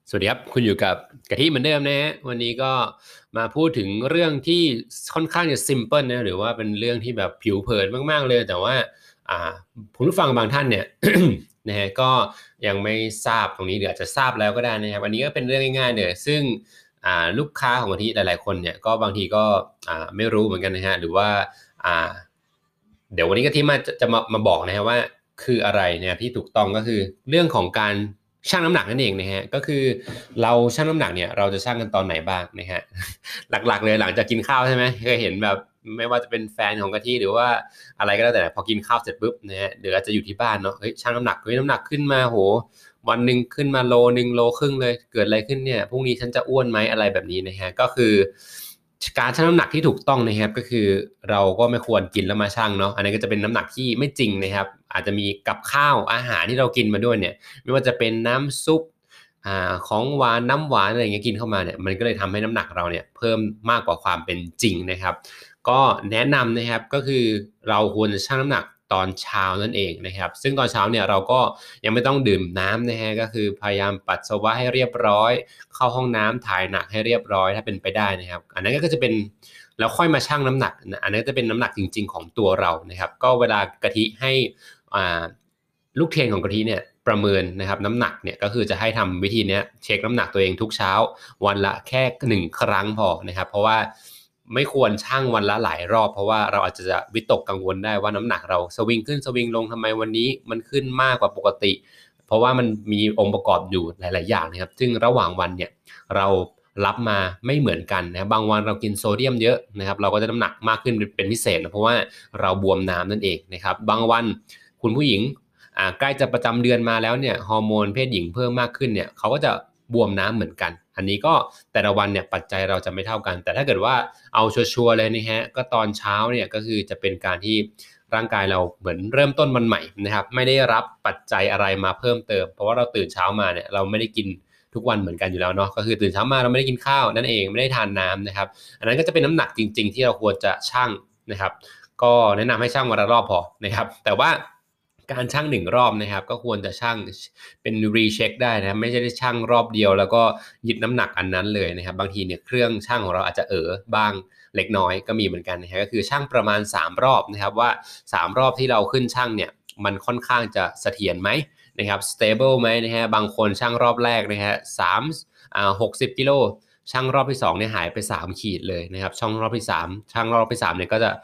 สวัสดีครับคุณอยู่กับกะทิเหมือนเดิมนะฮะวันนี้ก็มาพูดถึงเรื่องที่ค่อนข้างจะซิมเพิลนะหรือว่าเป็นเรื่องที่แบบผิวเผินมากๆเลยแต่ว่าอ่าคุณผู้ฟังบางท่านเนี่ย นะฮะก็ยังไม่ทราบตรงนี้หรืออาจจะทราบแล้วก็ได้นะครับวันนี้ก็เป็นเรื่องง่ายๆเลยซึ่งลูกค้าของกะทิหลายๆคนเนี่ยก็บางทีก็ไม่รู้เหมือนกันนะฮะหรือว่าอ่าเดี๋ยววันนี้กะทิจะมาบอกนะฮะว่าคืออะไรเนี่ยที่ถูกต้องก็คือเรื่องของการ ชั่งน้ำหนักนั่นเองนะฮะก็คือเราชั่งน้ำหนักเนี่ยเราจะชั่งกันตอนไหนบ้างนะฮะหลักๆเลยหลังจากกินข้าวใช่ไหมเคยเห็นแบบไม่ว่าจะเป็นแฟนของกะทิหรือว่าอะไรก็แล้วแต่พอกินข้าวเสร็จปุ๊บนะฮะเดี๋ยวอาจจะอยู่ที่บ้านเนาะเฮ้ยชั่งน้ำหนักเฮ้ยน้ำหนักขึ้นมาโหวันหนึ่งขึ้นมาโลนึงโลครึ่งเลยเกิดอะไรขึ้นเนี่ยพรุ่งนี้ฉันจะอ้วนไหมอะไรแบบนี้นะฮะก็คือการชั่งน้ำหนักที่ถูกต้องนะครับก็คือเราก็ไม่ควรกินแล้วมาชั่งเนาะอันนี้ก็จะเป็นน้ำหนักที่ไม่จริงนะครับอาจจะมีกับข้าวอาหารที่เรากินมาด้วยเนี่ย ไม่ว่าจะเป็นน้ำซุปของหวานน้ำหวานอะไรอย่างเงี้ยกินเข้ามาเนี่ยมันก็เลยทำให้น้ำหนักเราเนี่ยเพิ่มมากกว่าความเป็นจริงนะครับก็แนะนำนะครับก็คือเราควรจะชั่งน้ำหนักตอนเช้านั่นเองนะครับซึ่งตอนเช้าเนี่ยเราก็ยังไม่ต้องดื่มน้ำนะฮะก็คือพยายามปัสสาวะให้เรียบร้อยเข้าห้องน้ำถ่ายหนักให้เรียบร้อยถ้าเป็นไปได้นะครับอันนั้นก็จะเป็นแล้วค่อยมาชั่งน้ำหนักอันนั้นจะเป็นน้ำหนักจริงๆของตัวเรานะครับก็เวลากะทิให้อ่า ลูกเทรนของกะทิเนี่ยประเมินนะครับน้ำหนักเนี่ยก็คือจะให้ทำวิธีนี้เช็คน้ำหนักตัวเองทุกเช้าวันละแค่1 ครั้งพอนะครับเพราะว่าไม่ควรชั่งวันละหลายรอบเพราะว่าเราอาจจะวิตกกังวลได้ว่าน้ำหนักเราสวิงขึ้นสวิงลงทำไมวันนี้มันขึ้นมากกว่าปกติเพราะว่ามันมีองค์ประกอบอยู่หลายๆอย่างนะครับซึ่งระหว่างวันเนี่ยเรารับมาไม่เหมือนกันนะบางวันเรากินโซเดียมเยอะนะครับเราก็จะน้ำหนักมากขึ้นเป็นพิเศษนะเพราะว่าเราบวมน้ำนั่นเองนะครับบางวันคุณผู้หญิง ใกล้จะประจำเดือนมาแล้วเนี่ยฮอร์โมนเพศหญิงเพิ่มมากขึ้นเนี่ยเขาก็จะบวมน้ำเหมือนกันอันนี้ก็แต่ละวันเนี่ยปัจจัยเราจะไม่เท่ากันแต่ถ้าเกิดว่าเอาชัวร์ๆเลยนะฮะก็ตอนเช้าเนี่ยก็คือจะเป็นการที่ร่างกายเราเหมือนเริ่มต้นวันใหม่นะครับไม่ได้รับปัจจัยอะไรมาเพิ่มเติมเพราะว่าเราตื่นเช้ามาเนี่ยเราไม่ได้กินทุกวันเหมือนกันอยู่แล้วเนาะก็คือตื่นเช้ามาเราไม่ได้กินข้าวนั่นเองไม่ได้ทานน้ำนะครับอันนั้นก็จะเป็นน้ำหนักจริงๆที่เราควรจะชั่งนะครับ ก็แนะนำให้ชั่งวันละรอบพอนะครับแต่ว่าการชั่ง1 รอบนะครับก็ควรจะชั่งเป็นรีเช็คได้นะไม่ใช่ได้ชั่งรอบเดียวแล้วก็ยึดน้ำหนักอันนั้นเลยนะครับบางทีเนี่ยเครื่องชั่งของเราอาจจะบ้างเล็กน้อยก็มีเหมือนกันนะฮะก็คือชั่งประมาณ3 รอบนะครับว่า3 รอบที่เราขึ้นชั่งเนี่ยมันค่อนข้างจะเสถียรไหมนะครับ stable ไหมนะฮะบางคนชั่งรอบแรกนะฮะ60 กิโลชั่งรอบที่2เนี่ยหายไป3 ขีดเลยนะครับช่องรอบที่3ชั่งรอบที่3เนี่ยก็จะ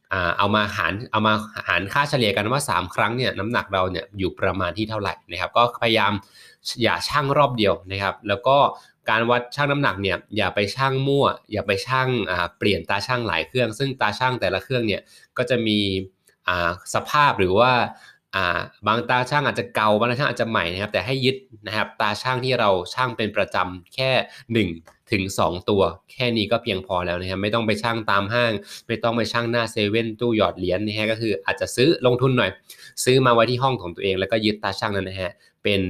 เอามาหารค่าเฉลี่ยกันว่า3 ครั้งเนี่ยน้ำหนักเราเนี่ยอยู่ประมาณที่เท่าไหร่นะครับก็พยายามอย่าชั่งรอบเดียวนะครับแล้วก็การวัดชั่งน้ำหนักเนี่ยอย่าไปชั่งมั่วอย่าไปชั่งเปลี่ยนตาชั่งหลายเครื่องซึ่งตาชั่งแต่ละเครื่องเนี่ยก็จะมีสภาพหรือว่าบางตาช่างอาจจะเก่าบางตาช่างอาจจะใหม่นะครับแต่ให้ยึดนะครับตาช่างที่เราช่างเป็นประจำแค่1 ถึง 2 ตัวแค่นี้ก็เพียงพอแล้วนะครับไม่ต้องไปช่างตามห้างไม่ต้องไปช่างหน้าเซเว่นตู้หยอดเหรียญนะฮะก็คืออาจจะซื้อลงทุนหน่อยซื้อมาไว้ที่ห้องของตัวเองแล้วก็ยึดตาช่างนั้นนะฮะเป็น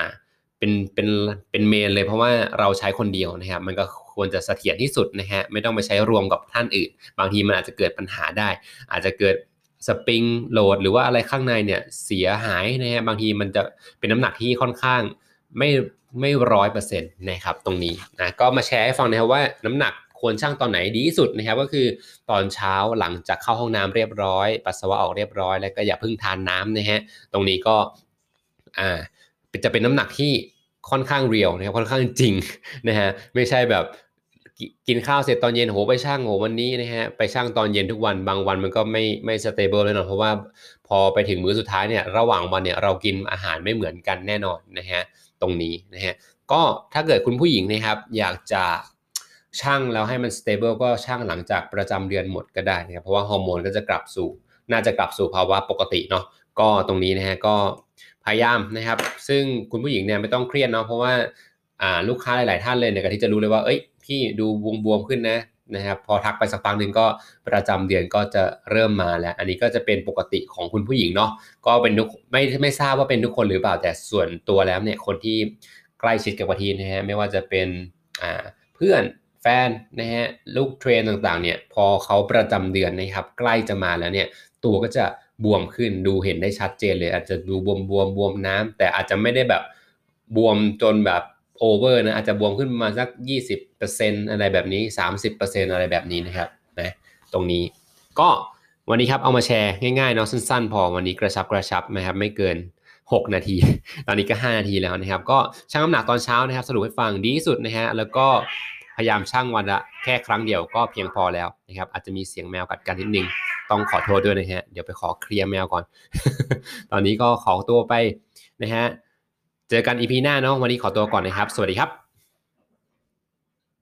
เป็นเมนเลยเพราะว่าเราใช้คนเดียวนะครับมันก็ควรจะเสถียรที่สุดนะฮะไม่ต้องไปใช้รวมกับท่านอื่นบางทีมันอาจจะเกิดปัญหาได้อาจจะเกิดสปริงโหลดหรือว่าอะไรข้างในเนี่ยเสียหายนะฮะบางทีมันจะเป็นน้ำหนักที่ค่อนข้างไม่ไม่100%นะครับตรงนี้นะก็มาแชร์ให้ฟังนะครับว่าน้ำหนักควรชั่งตอนไหนดีที่สุดนะครับก็คือตอนเช้าหลังจากเข้าห้องน้ำเรียบร้อยปัสสาวะออกเรียบร้อยแล้วก็อย่าเพิ่งทานน้ำนะฮะตรงนี้ก็อ่า จะเป็นน้ำหนักที่ค่อนข้างเรียลนะครับค่อนข้างจริงนะฮะไม่ใช่แบบกินข้าวเสร็จตอนเย็นโหไปช่างโหวันนี้นะฮะไปช่างตอนเย็นทุกวันบางวันมันก็ไม่สเตเบิลเลยเนาะเพราะว่าพอไปถึงมื้อสุดท้ายเนี่ยระหว่างวันเนี่ยเรากินอาหารไม่เหมือนกันแน่นอนนะฮะตรงนี้นะฮะก็ถ้าเกิดคุณผู้หญิงนะครับอยากจะชั่งแล้วให้มันสเตเบิลก็ชั่งหลังจากประจำเดือนหมดก็ได้นะครับเพราะว่าฮอร์โมนก็จะกลับสู่น่าจะกลับสู่ภาวะปกติเนาะ ก็ตรงนี้นะฮะก็พยายามนะครับซึ่งคุณผู้หญิงเนี่ยไม่ต้องเครียดเนาะเพราะว่าลูกค้าหลายๆท่านเลยเนี่ยก็ที่จะรู้เลยว่าเอ้ยพี่ดูบวมๆขึ้นนะครับพอทักไปสักพักหนึ่งก็ประจำเดือนก็จะเริ่มมาแล้วอันนี้ก็จะเป็นปกติของคุณผู้หญิงเนาะก็เป็นทุกไม่ทราบว่าเป็นทุกคนหรือเปล่าแต่ส่วนตัวแล้วเนี่ยคนที่ใกล้ชิดกับกะทินะฮะไม่ว่าจะเป็นเพื่อนแฟนนะฮะลูกเทรนต่างๆเนี่ยพอเขาประจำเดือนนะครับใกล้จะมาแล้วเนี่ยตัวก็จะบวมขึ้นดูเห็นได้ชัดเจนเลยอาจจะดูบวมน้ำแต่อาจจะไม่ได้แบบบวมจนแบบโอเวอร์นะอาจจะบวมขึ้นมาสัก20%อะไรแบบนี้30%อะไรแบบนี้นะครับนะตรงนี้ก็วันนี้ครับเอามาแชร์ง่ายๆเนาะสั้นๆพอวันนี้กระชับนะครับไม่เกิน6นาทีตอนนี้ก็5นาทีแล้วนะครับก็ชั่งน้ำหนักตอนเช้านะครับสรุปให้ฟังดีที่สุดนะฮะแล้วก็พยายามชั่งวันละแค่ครั้งเดียวก็เพียงพอแล้วนะครับอาจจะมีเสียงแมวกัดกันนิดนึงต้องขอโทษด้วยนะฮะเดี๋ยวไปขอเคลียร์แมวก่อน ตอนนี้ก็ขอตัวไปนะฮะเจอกัน EP หน้าเนาะวันนี้ขอตัวก่อนนะครับสวัสดีครับ